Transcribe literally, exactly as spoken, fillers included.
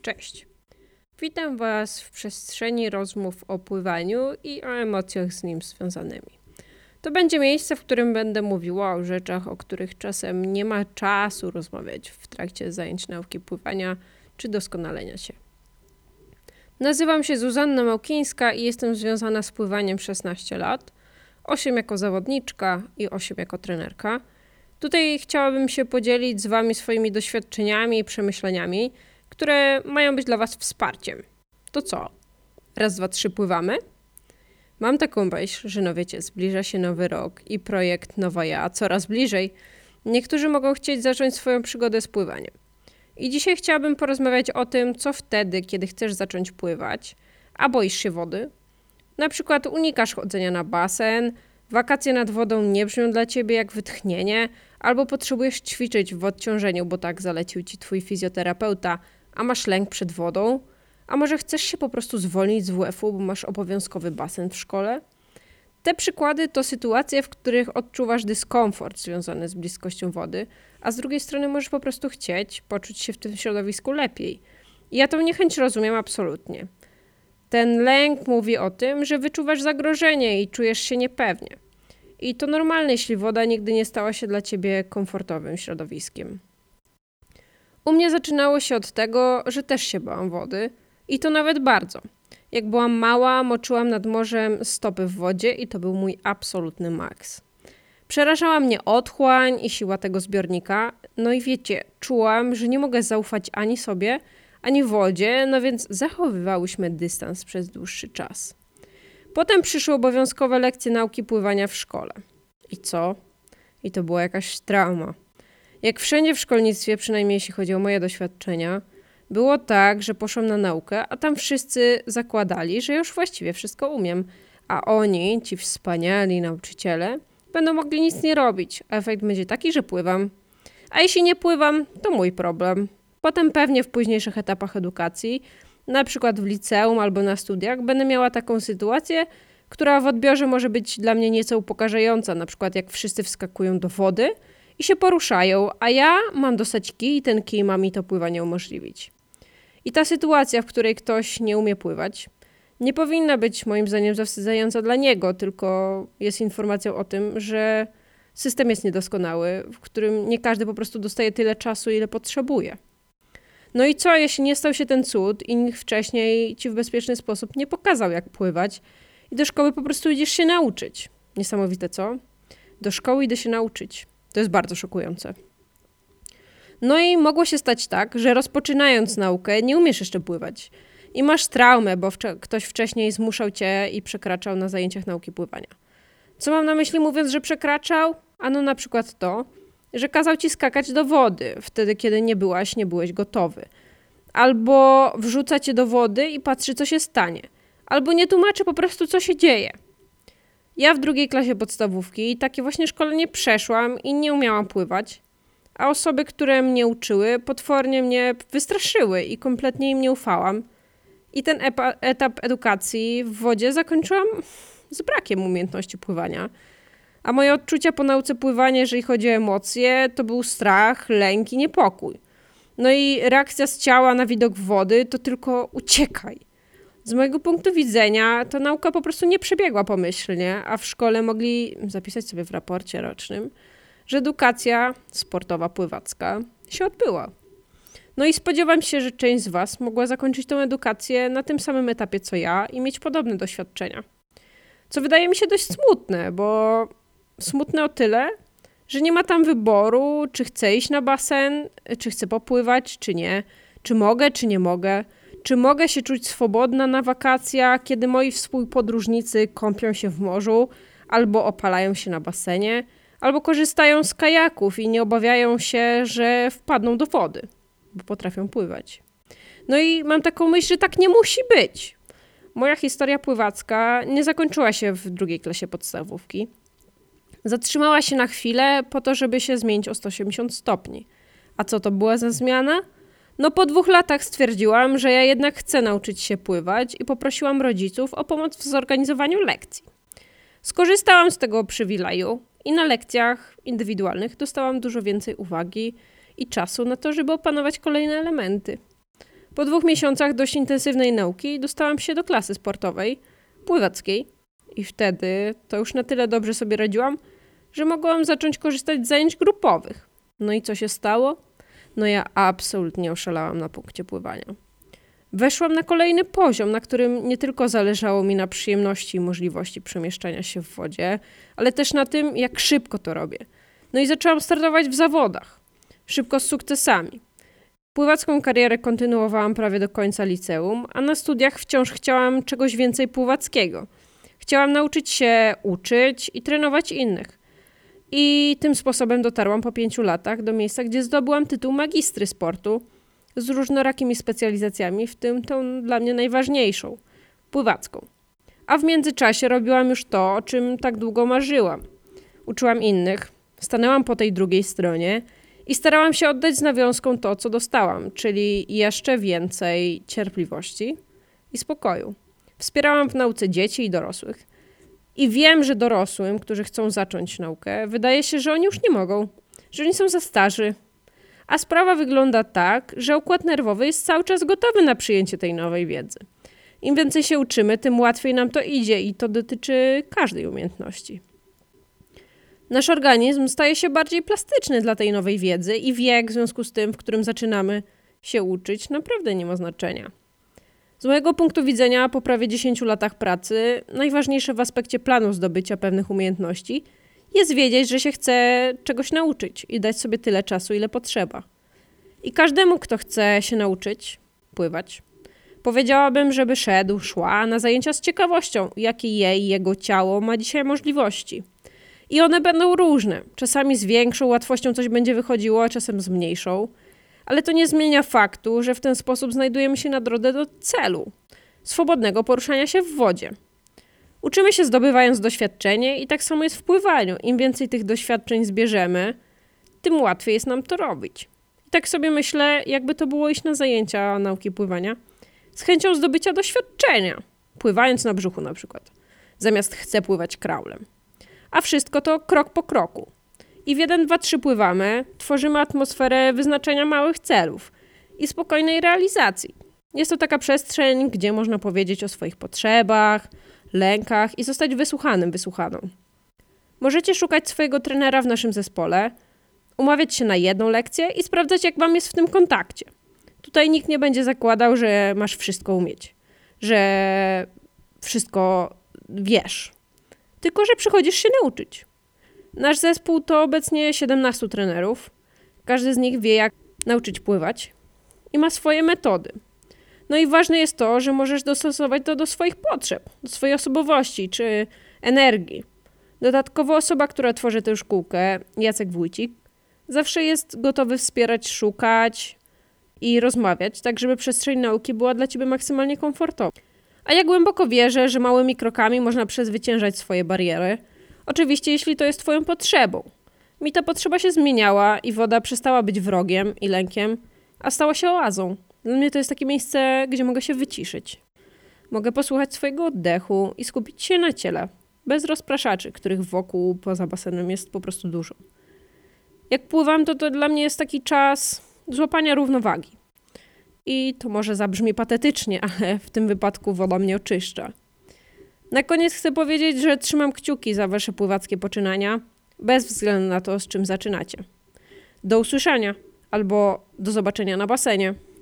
Cześć! Witam Was w przestrzeni rozmów o pływaniu i o emocjach z nim związanymi. To będzie miejsce, w którym będę mówiła o rzeczach, o których czasem nie ma czasu rozmawiać w trakcie zajęć nauki pływania czy doskonalenia się. Nazywam się Zuzanna Małkińska i jestem związana z pływaniem szesnaście lat, osiem jako zawodniczka i osiem jako trenerka. Tutaj chciałabym się podzielić z Wami swoimi doświadczeniami i przemyśleniami, które mają być dla Was wsparciem. To co? Raz, dwa, trzy pływamy? Mam taką myśl, że no wiecie, zbliża się nowy rok i projekt Nowa Ja coraz bliżej. Niektórzy mogą chcieć zacząć swoją przygodę z pływaniem. I dzisiaj chciałabym porozmawiać o tym, co wtedy, kiedy chcesz zacząć pływać, a boisz się wody. Na przykład unikasz chodzenia na basen, wakacje nad wodą nie brzmią dla Ciebie jak wytchnienie, albo potrzebujesz ćwiczyć w odciążeniu, bo tak zalecił Ci Twój fizjoterapeuta, a masz lęk przed wodą? A może chcesz się po prostu zwolnić z W F-u, bo masz obowiązkowy basen w szkole? Te przykłady to sytuacje, w których odczuwasz dyskomfort związany z bliskością wody, a z drugiej strony możesz po prostu chcieć poczuć się w tym środowisku lepiej. I ja tą niechęć rozumiem absolutnie. Ten lęk mówi o tym, że wyczuwasz zagrożenie i czujesz się niepewnie. I to normalne, jeśli woda nigdy nie stała się dla Ciebie komfortowym środowiskiem. U mnie zaczynało się od tego, że też się bałam wody i to nawet bardzo. Jak byłam mała, moczyłam nad morzem stopy w wodzie i to był mój absolutny maks. Przerażała mnie otchłań i siła tego zbiornika, no i wiecie, czułam, że nie mogę zaufać ani sobie, ani wodzie, no więc zachowywałyśmy dystans przez dłuższy czas. Potem przyszły obowiązkowe lekcje nauki pływania w szkole. I co? I to była jakaś trauma. Jak wszędzie w szkolnictwie, przynajmniej jeśli chodzi o moje doświadczenia, było tak, że poszłam na naukę, a tam wszyscy zakładali, że już właściwie wszystko umiem, a oni, ci wspaniali nauczyciele, będą mogli nic nie robić, a efekt będzie taki, że pływam. A jeśli nie pływam, to mój problem. Potem pewnie w późniejszych etapach edukacji, na przykład w liceum albo na studiach, będę miała taką sytuację, która w odbiorze może być dla mnie nieco upokarzająca, na przykład jak wszyscy wskakują do wody i się poruszają, a ja mam dostać kij i ten kij ma mi to pływanie umożliwić. I ta sytuacja, w której ktoś nie umie pływać, nie powinna być moim zdaniem zawstydzająca dla niego, tylko jest informacją o tym, że system jest niedoskonały, w którym nie każdy po prostu dostaje tyle czasu, ile potrzebuje. No i co, jeśli nie stał się ten cud i nikt wcześniej Ci w bezpieczny sposób nie pokazał, jak pływać i do szkoły po prostu idziesz się nauczyć? Niesamowite, co? Do szkoły idę się nauczyć. To jest bardzo szokujące. No i mogło się stać tak, że rozpoczynając naukę nie umiesz jeszcze pływać i masz traumę, bo wcze- ktoś wcześniej zmuszał Cię i przekraczał na zajęciach nauki pływania. Co mam na myśli mówiąc, że przekraczał? Ano na przykład to, że kazał Ci skakać do wody wtedy, kiedy nie byłaś, nie byłeś gotowy. Albo wrzuca Cię do wody i patrzy, co się stanie. Albo nie tłumaczy po prostu, co się dzieje. Ja w drugiej klasie podstawówki takie właśnie szkolenie przeszłam i nie umiałam pływać, a osoby, które mnie uczyły, potwornie mnie wystraszyły i kompletnie im nie ufałam. I ten epa- etap edukacji w wodzie zakończyłam z brakiem umiejętności pływania. A moje odczucia po nauce pływania, jeżeli chodzi o emocje, to był strach, lęk i niepokój. No i reakcja z ciała na widok wody to tylko uciekaj. Z mojego punktu widzenia ta nauka po prostu nie przebiegła pomyślnie, a w szkole mogli zapisać sobie w raporcie rocznym, że edukacja sportowa pływacka się odbyła. No i spodziewam się, że część z Was mogła zakończyć tę edukację na tym samym etapie co ja i mieć podobne doświadczenia. Co wydaje mi się dość smutne, bo smutne o tyle, że nie ma tam wyboru, czy chcę iść na basen, czy chcę popływać, czy nie, czy mogę, czy nie mogę, czy mogę się czuć swobodna na wakacjach, kiedy moi współpodróżnicy kąpią się w morzu, albo opalają się na basenie, albo korzystają z kajaków i nie obawiają się, że wpadną do wody, bo potrafią pływać. No i mam taką myśl, że tak nie musi być. Moja historia pływacka nie zakończyła się w drugiej klasie podstawówki. Zatrzymała się na chwilę po to, żeby się zmienić o sto osiemdziesiąt stopni. A co to była za zmiana? No po dwóch latach stwierdziłam, że ja jednak chcę nauczyć się pływać i poprosiłam rodziców o pomoc w zorganizowaniu lekcji. Skorzystałam z tego przywileju i na lekcjach indywidualnych dostałam dużo więcej uwagi i czasu na to, żeby opanować kolejne elementy. Po dwóch miesiącach dość intensywnej nauki dostałam się do klasy sportowej, pływackiej i wtedy to już na tyle dobrze sobie radziłam, że mogłam zacząć korzystać z zajęć grupowych. No i co się stało? No ja absolutnie oszalałam na punkcie pływania. Weszłam na kolejny poziom, na którym nie tylko zależało mi na przyjemności i możliwości przemieszczania się w wodzie, ale też na tym, jak szybko to robię. No i zaczęłam startować w zawodach. Szybko z sukcesami. Pływacką karierę kontynuowałam prawie do końca liceum, a na studiach wciąż chciałam czegoś więcej pływackiego. Chciałam nauczyć się uczyć i trenować innych. I tym sposobem dotarłam po pięciu latach do miejsca, gdzie zdobyłam tytuł magistry sportu z różnorakimi specjalizacjami, w tym tą dla mnie najważniejszą, pływacką. A w międzyczasie robiłam już to, o czym tak długo marzyłam. Uczyłam innych, stanęłam po tej drugiej stronie i starałam się oddać z nawiązką to, co dostałam, czyli jeszcze więcej cierpliwości i spokoju. Wspierałam w nauce dzieci i dorosłych. I wiem, że dorosłym, którzy chcą zacząć naukę, wydaje się, że oni już nie mogą, że oni są za starzy. A sprawa wygląda tak, że układ nerwowy jest cały czas gotowy na przyjęcie tej nowej wiedzy. Im więcej się uczymy, tym łatwiej nam to idzie i to dotyczy każdej umiejętności. Nasz organizm staje się bardziej plastyczny dla tej nowej wiedzy i wiek w związku z tym, w którym zaczynamy się uczyć, naprawdę nie ma znaczenia. Z mojego punktu widzenia, po prawie dziesięciu latach pracy, najważniejsze w aspekcie planu zdobycia pewnych umiejętności jest wiedzieć, że się chce czegoś nauczyć i dać sobie tyle czasu, ile potrzeba. I każdemu, kto chce się nauczyć pływać, powiedziałabym, żeby szedł, szła na zajęcia z ciekawością, jakie jej, jego ciało ma dzisiaj możliwości. I one będą różne. Czasami z większą łatwością coś będzie wychodziło, a czasem z mniejszą. Ale to nie zmienia faktu, że w ten sposób znajdujemy się na drodze do celu swobodnego poruszania się w wodzie. Uczymy się zdobywając doświadczenie i tak samo jest w pływaniu. Im więcej tych doświadczeń zbierzemy, tym łatwiej jest nam to robić. I tak sobie myślę, jakby to było iść na zajęcia nauki pływania z chęcią zdobycia doświadczenia, pływając na brzuchu na przykład, zamiast chcę pływać kraulem. A wszystko to krok po kroku. I w jeden, dwa, trzy pływamy, tworzymy atmosferę wyznaczenia małych celów i spokojnej realizacji. Jest to taka przestrzeń, gdzie można powiedzieć o swoich potrzebach, lękach i zostać wysłuchanym, wysłuchaną. Możecie szukać swojego trenera w naszym zespole, umawiać się na jedną lekcję i sprawdzać, jak wam jest w tym kontakcie. Tutaj nikt nie będzie zakładał, że masz wszystko umieć, że wszystko wiesz, tylko że przychodzisz się nauczyć. Nasz zespół to obecnie siedemnastu trenerów. Każdy z nich wie, jak nauczyć pływać i ma swoje metody. No i ważne jest to, że możesz dostosować to do swoich potrzeb, do swojej osobowości czy energii. Dodatkowo osoba, która tworzy tę szkółkę, Jacek Wójcik, zawsze jest gotowy wspierać, szukać i rozmawiać, tak żeby przestrzeń nauki była dla ciebie maksymalnie komfortowa. A ja głęboko wierzę, że małymi krokami można przezwyciężać swoje bariery. Oczywiście, jeśli to jest twoją potrzebą. Mi ta potrzeba się zmieniała i woda przestała być wrogiem i lękiem, a stała się oazą. Dla mnie to jest takie miejsce, gdzie mogę się wyciszyć. Mogę posłuchać swojego oddechu i skupić się na ciele, bez rozpraszaczy, których wokół, poza basenem jest po prostu dużo. Jak pływam, to to dla mnie jest taki czas złapania równowagi. I to może zabrzmi patetycznie, ale w tym wypadku woda mnie oczyszcza. Na koniec chcę powiedzieć, że trzymam kciuki za wasze pływackie poczynania, bez względu na to, z czym zaczynacie. Do usłyszenia albo do zobaczenia na basenie.